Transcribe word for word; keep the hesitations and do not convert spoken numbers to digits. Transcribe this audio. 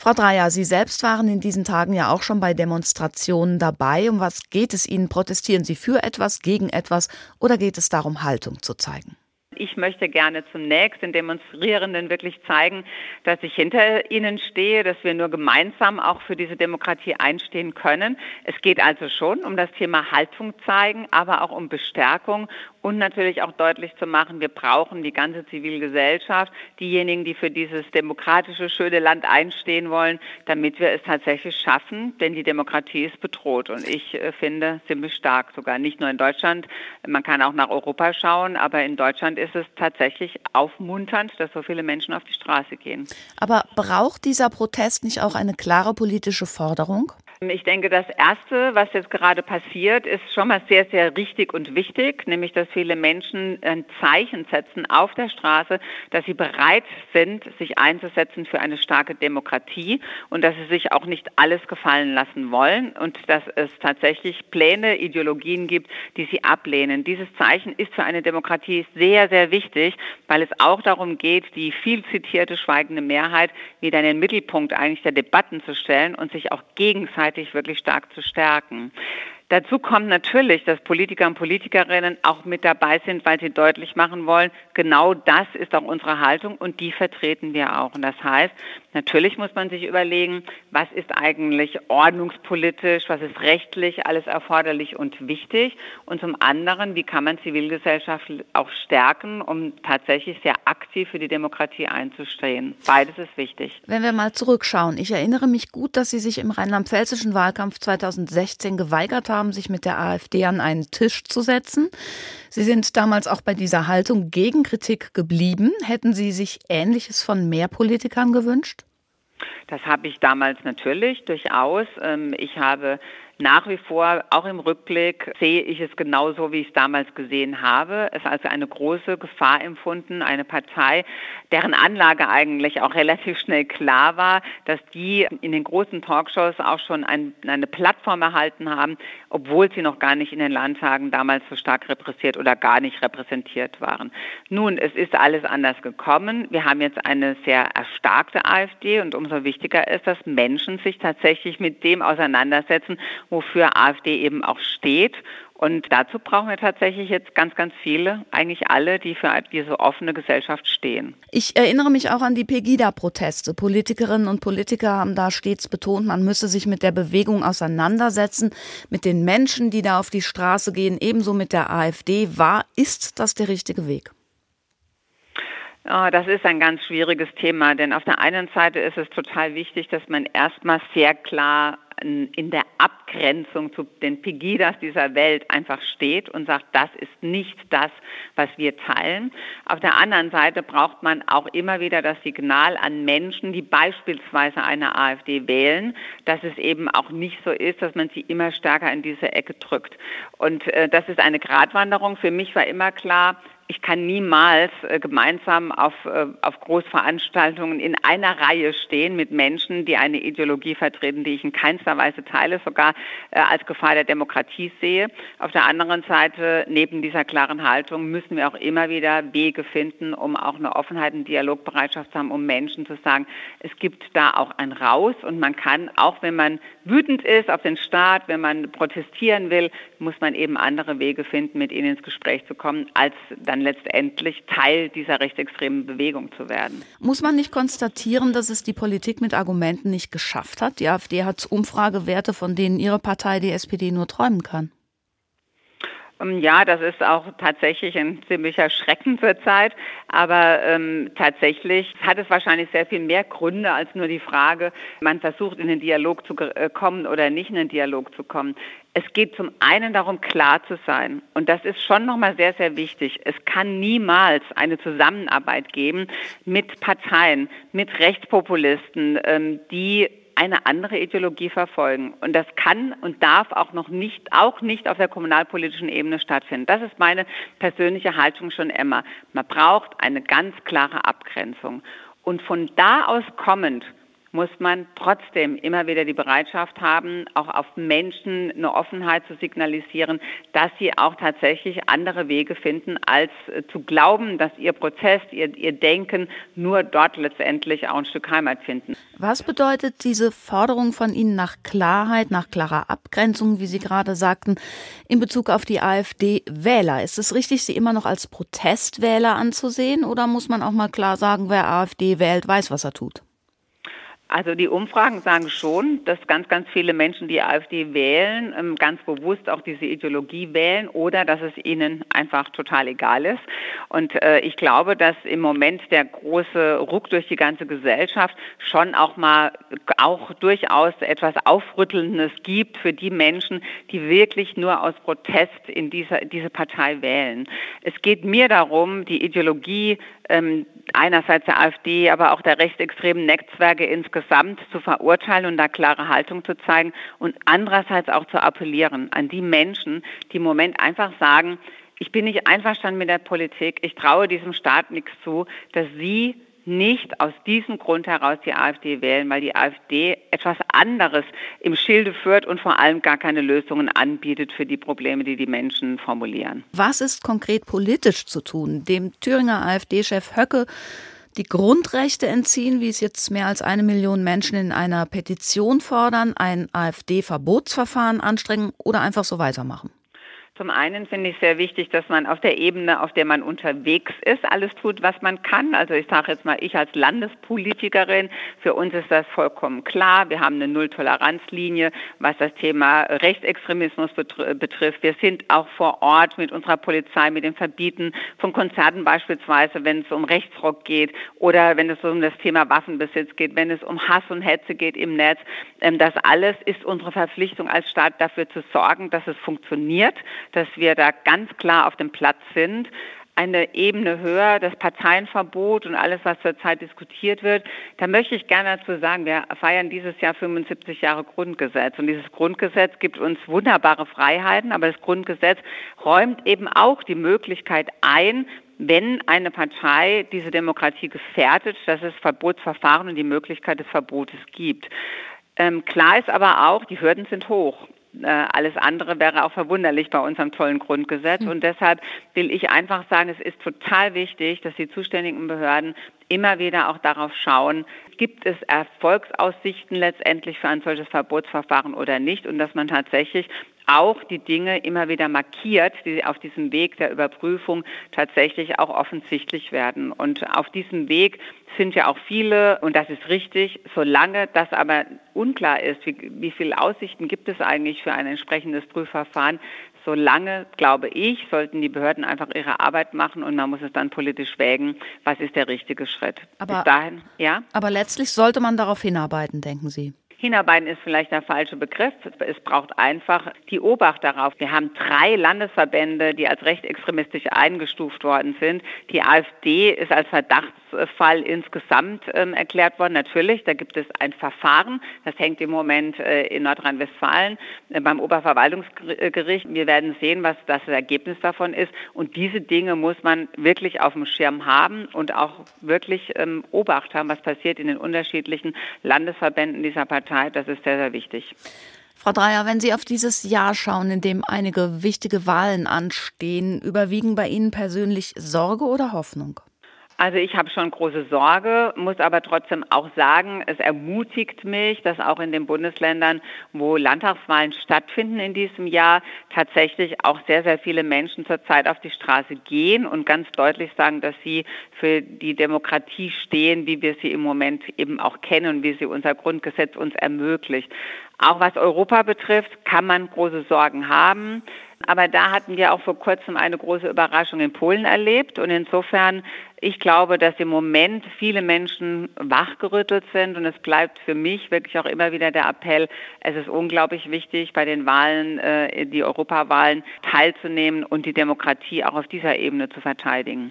Frau Dreyer, Sie selbst waren in diesen Tagen ja auch schon bei Demonstrationen dabei. Um was geht es Ihnen? Protestieren Sie für etwas, gegen etwas oder geht es darum, Haltung zu zeigen? Ich möchte gerne zunächst den Demonstrierenden wirklich zeigen, dass ich hinter ihnen stehe, dass wir nur gemeinsam auch für diese Demokratie einstehen können. Es geht also schon um das Thema Haltung zeigen, aber auch um Bestärkung und natürlich auch deutlich zu machen, wir brauchen die ganze Zivilgesellschaft, diejenigen, die für dieses demokratische, schöne Land einstehen wollen, damit wir es tatsächlich schaffen, denn die Demokratie ist bedroht und ich äh, finde ziemlich stark sogar, nicht nur in Deutschland, man kann auch nach Europa schauen, aber in Deutschland ist es tatsächlich aufmunternd, dass so viele Menschen auf die Straße gehen. Aber braucht dieser Protest nicht auch eine klare politische Forderung? Ich denke, das Erste, was jetzt gerade passiert, ist schon mal sehr, sehr richtig und wichtig, nämlich, dass viele Menschen ein Zeichen setzen auf der Straße, dass sie bereit sind, sich einzusetzen für eine starke Demokratie und dass sie sich auch nicht alles gefallen lassen wollen und dass es tatsächlich Pläne, Ideologien gibt, die sie ablehnen. Dieses Zeichen ist für eine Demokratie sehr, sehr wichtig, weil es auch darum geht, die viel zitierte schweigende Mehrheit wieder in den Mittelpunkt eigentlich der Debatten zu stellen und sich auch gegenseitig wirklich stark zu stärken. Dazu kommt natürlich, dass Politiker und Politikerinnen auch mit dabei sind, weil sie deutlich machen wollen, genau das ist auch unsere Haltung und die vertreten wir auch. Und das heißt, natürlich muss man sich überlegen, was ist eigentlich ordnungspolitisch, was ist rechtlich alles erforderlich und wichtig. Und zum anderen, wie kann man Zivilgesellschaft auch stärken, um tatsächlich sehr aktiv für die Demokratie einzustehen. Beides ist wichtig. Wenn wir mal zurückschauen, ich erinnere mich gut, dass Sie sich im rheinland-pfälzischen Wahlkampf zweitausendsechzehn geweigert haben, sich mit der AfD an einen Tisch zu setzen. Sie sind damals auch bei dieser Haltung gegen Kritik geblieben. Hätten Sie sich Ähnliches von mehr Politikern gewünscht? Das habe ich damals natürlich, durchaus. Ich habe nach wie vor, auch im Rückblick, sehe ich es genauso, wie ich es damals gesehen habe. Es ist also eine große Gefahr empfunden, eine Partei, deren Anlage eigentlich auch relativ schnell klar war, dass die in den großen Talkshows auch schon ein, eine Plattform erhalten haben, obwohl sie noch gar nicht in den Landtagen damals so stark repressiert oder gar nicht repräsentiert waren. Nun, es ist alles anders gekommen. Wir haben jetzt eine sehr erstarkte AfD und umso wichtiger ist, dass Menschen sich tatsächlich mit dem auseinandersetzen, wofür AfD eben auch steht. Und dazu brauchen wir tatsächlich jetzt ganz, ganz viele, eigentlich alle, die für diese offene Gesellschaft stehen. Ich erinnere mich auch an die Pegida-Proteste. Politikerinnen und Politiker haben da stets betont, man müsse sich mit der Bewegung auseinandersetzen, mit den Menschen, die da auf die Straße gehen, ebenso mit der AfD. War, ist das der richtige Weg? Oh, das ist ein ganz schwieriges Thema, denn auf der einen Seite ist es total wichtig, dass man erstmal sehr klar in der Abgrenzung zu den Pegidas dieser Welt einfach steht und sagt, das ist nicht das, was wir teilen. Auf der anderen Seite braucht man auch immer wieder das Signal an Menschen, die beispielsweise eine AfD wählen, dass es eben auch nicht so ist, dass man sie immer stärker in diese Ecke drückt. Und äh, das ist eine Gratwanderung. Für mich war immer klar, ich kann niemals äh, gemeinsam auf, äh, auf Großveranstaltungen in einer Reihe stehen mit Menschen, die eine Ideologie vertreten, die ich in keinster Weise teile, sogar äh, als Gefahr der Demokratie sehe. Auf der anderen Seite, neben dieser klaren Haltung, müssen wir auch immer wieder Wege finden, um auch eine Offenheit und Dialogbereitschaft zu haben, um Menschen zu sagen, es gibt da auch ein Raus und man kann, auch wenn man wütend ist auf den Staat, wenn man protestieren will, muss man eben andere Wege finden, mit ihnen ins Gespräch zu kommen, als dann letztendlich Teil dieser rechtsextremen Bewegung zu werden. Muss man nicht konstatieren, dass es die Politik mit Argumenten nicht geschafft hat? Die AfD hat Umfragewerte, von denen Ihre Partei, die S P D, nur träumen kann. Ja, das ist auch tatsächlich ein ziemlicher Schrecken zurzeit, aber ähm, tatsächlich hat es wahrscheinlich sehr viel mehr Gründe als nur die Frage, man versucht in den Dialog zu äh, kommen oder nicht in den Dialog zu kommen. Es geht zum einen darum, klar zu sein. Und das ist schon nochmal sehr, sehr wichtig. Es kann niemals eine Zusammenarbeit geben mit Parteien, mit Rechtspopulisten, ähm, die eine andere Ideologie verfolgen. Und das kann und darf auch noch nicht, auch nicht auf der kommunalpolitischen Ebene stattfinden. Das ist meine persönliche Haltung schon immer. Man braucht eine ganz klare Abgrenzung. Und von da aus kommend muss man trotzdem immer wieder die Bereitschaft haben, auch auf Menschen eine Offenheit zu signalisieren, dass sie auch tatsächlich andere Wege finden, als zu glauben, dass ihr Prozess, ihr, ihr Denken nur dort letztendlich auch ein Stück Heimat finden. Was bedeutet diese Forderung von Ihnen nach Klarheit, nach klarer Abgrenzung, wie Sie gerade sagten, in Bezug auf die AfD-Wähler? Ist es richtig, sie immer noch als Protestwähler anzusehen, oder muss man auch mal klar sagen, wer AfD wählt, weiß, was er tut? Also die Umfragen sagen schon, dass ganz, ganz viele Menschen die AfD wählen, ganz bewusst auch diese Ideologie wählen oder dass es ihnen einfach total egal ist. Und äh, ich glaube, dass im Moment der große Ruck durch die ganze Gesellschaft schon auch mal auch durchaus etwas Aufrüttelndes gibt für die Menschen, die wirklich nur aus Protest in dieser, diese Partei wählen. Es geht mir darum, die Ideologie ähm, einerseits der AfD, aber auch der rechtsextremen Netzwerke insgesamt zu verurteilen und da klare Haltung zu zeigen und andererseits auch zu appellieren an die Menschen, die im Moment einfach sagen, ich bin nicht einverstanden mit der Politik, ich traue diesem Staat nichts zu, dass sie nicht aus diesem Grund heraus die AfD wählen, weil die AfD etwas anderes im Schilde führt und vor allem gar keine Lösungen anbietet für die Probleme, die die Menschen formulieren. Was ist konkret politisch zu tun? Dem Thüringer AfD-Chef Höcke die Grundrechte entziehen, wie es jetzt mehr als eine Million Menschen in einer Petition fordern, ein AfD-Verbotsverfahren anstrengen oder einfach so weitermachen? Zum einen finde ich sehr wichtig, dass man auf der Ebene, auf der man unterwegs ist, alles tut, was man kann. Also ich sage jetzt mal, ich als Landespolitikerin, für uns ist das vollkommen klar. Wir haben eine Null-Toleranz-Linie, was das Thema Rechtsextremismus betrifft. Wir sind auch vor Ort mit unserer Polizei, mit dem Verbieten von Konzerten beispielsweise, wenn es um Rechtsrock geht oder wenn es um das Thema Waffenbesitz geht, wenn es um Hass und Hetze geht im Netz. Das alles ist unsere Verpflichtung als Staat, dafür zu sorgen, dass es funktioniert, dass wir da ganz klar auf dem Platz sind. Eine Ebene höher, das Parteienverbot und alles, was zurzeit diskutiert wird. Da möchte ich gerne dazu sagen, wir feiern dieses Jahr fünfundsiebzig Jahre Grundgesetz. Und dieses Grundgesetz gibt uns wunderbare Freiheiten, aber das Grundgesetz räumt eben auch die Möglichkeit ein, wenn eine Partei diese Demokratie gefährdet, dass es Verbotsverfahren und die Möglichkeit des Verbotes gibt. Ähm, klar ist aber auch, die Hürden sind hoch. Alles andere wäre auch verwunderlich bei unserem tollen Grundgesetz. Und deshalb will ich einfach sagen, es ist total wichtig, dass die zuständigen Behörden immer wieder auch darauf schauen, gibt es Erfolgsaussichten letztendlich für ein solches Verbotsverfahren oder nicht, und dass man tatsächlich auch die Dinge immer wieder markiert, die auf diesem Weg der Überprüfung tatsächlich auch offensichtlich werden. Und auf diesem Weg sind ja auch viele, und das ist richtig, solange das aber unklar ist, wie, wie viele Aussichten gibt es eigentlich für ein entsprechendes Prüfverfahren, solange, glaube ich, sollten die Behörden einfach ihre Arbeit machen und man muss es dann politisch wägen, was ist der richtige Schritt. Aber, Bis dahin, ja? Aber letztlich sollte man darauf hinarbeiten, denken Sie? Hinarbeiten ist vielleicht der falsche Begriff. Es braucht einfach die Obacht darauf. Wir haben drei Landesverbände, die als rechtsextremistisch eingestuft worden sind. Die AfD ist als Verdachtsfall insgesamt ähm, erklärt worden. Natürlich, da gibt es ein Verfahren. Das hängt im Moment äh, in Nordrhein-Westfalen äh, beim Oberverwaltungsgericht. Wir werden sehen, was das Ergebnis davon ist. Und diese Dinge muss man wirklich auf dem Schirm haben und auch wirklich ähm, Obacht haben, was passiert in den unterschiedlichen Landesverbänden dieser Partei. Das ist sehr, sehr wichtig. Frau Dreyer, wenn Sie auf dieses Jahr schauen, in dem einige wichtige Wahlen anstehen, überwiegen bei Ihnen persönlich Sorge oder Hoffnung? Also ich habe schon große Sorge, muss aber trotzdem auch sagen, es ermutigt mich, dass auch in den Bundesländern, wo Landtagswahlen stattfinden in diesem Jahr, tatsächlich auch sehr, sehr viele Menschen zurzeit auf die Straße gehen und ganz deutlich sagen, dass sie für die Demokratie stehen, wie wir sie im Moment eben auch kennen und wie sie unser Grundgesetz uns ermöglicht. Auch was Europa betrifft, kann man große Sorgen haben. Aber da hatten wir auch vor kurzem eine große Überraschung in Polen erlebt. Und insofern, ich glaube, dass im Moment viele Menschen wachgerüttelt sind. Und es bleibt für mich wirklich auch immer wieder der Appell, es ist unglaublich wichtig, bei den Wahlen, die Europawahlen teilzunehmen und die Demokratie auch auf dieser Ebene zu verteidigen.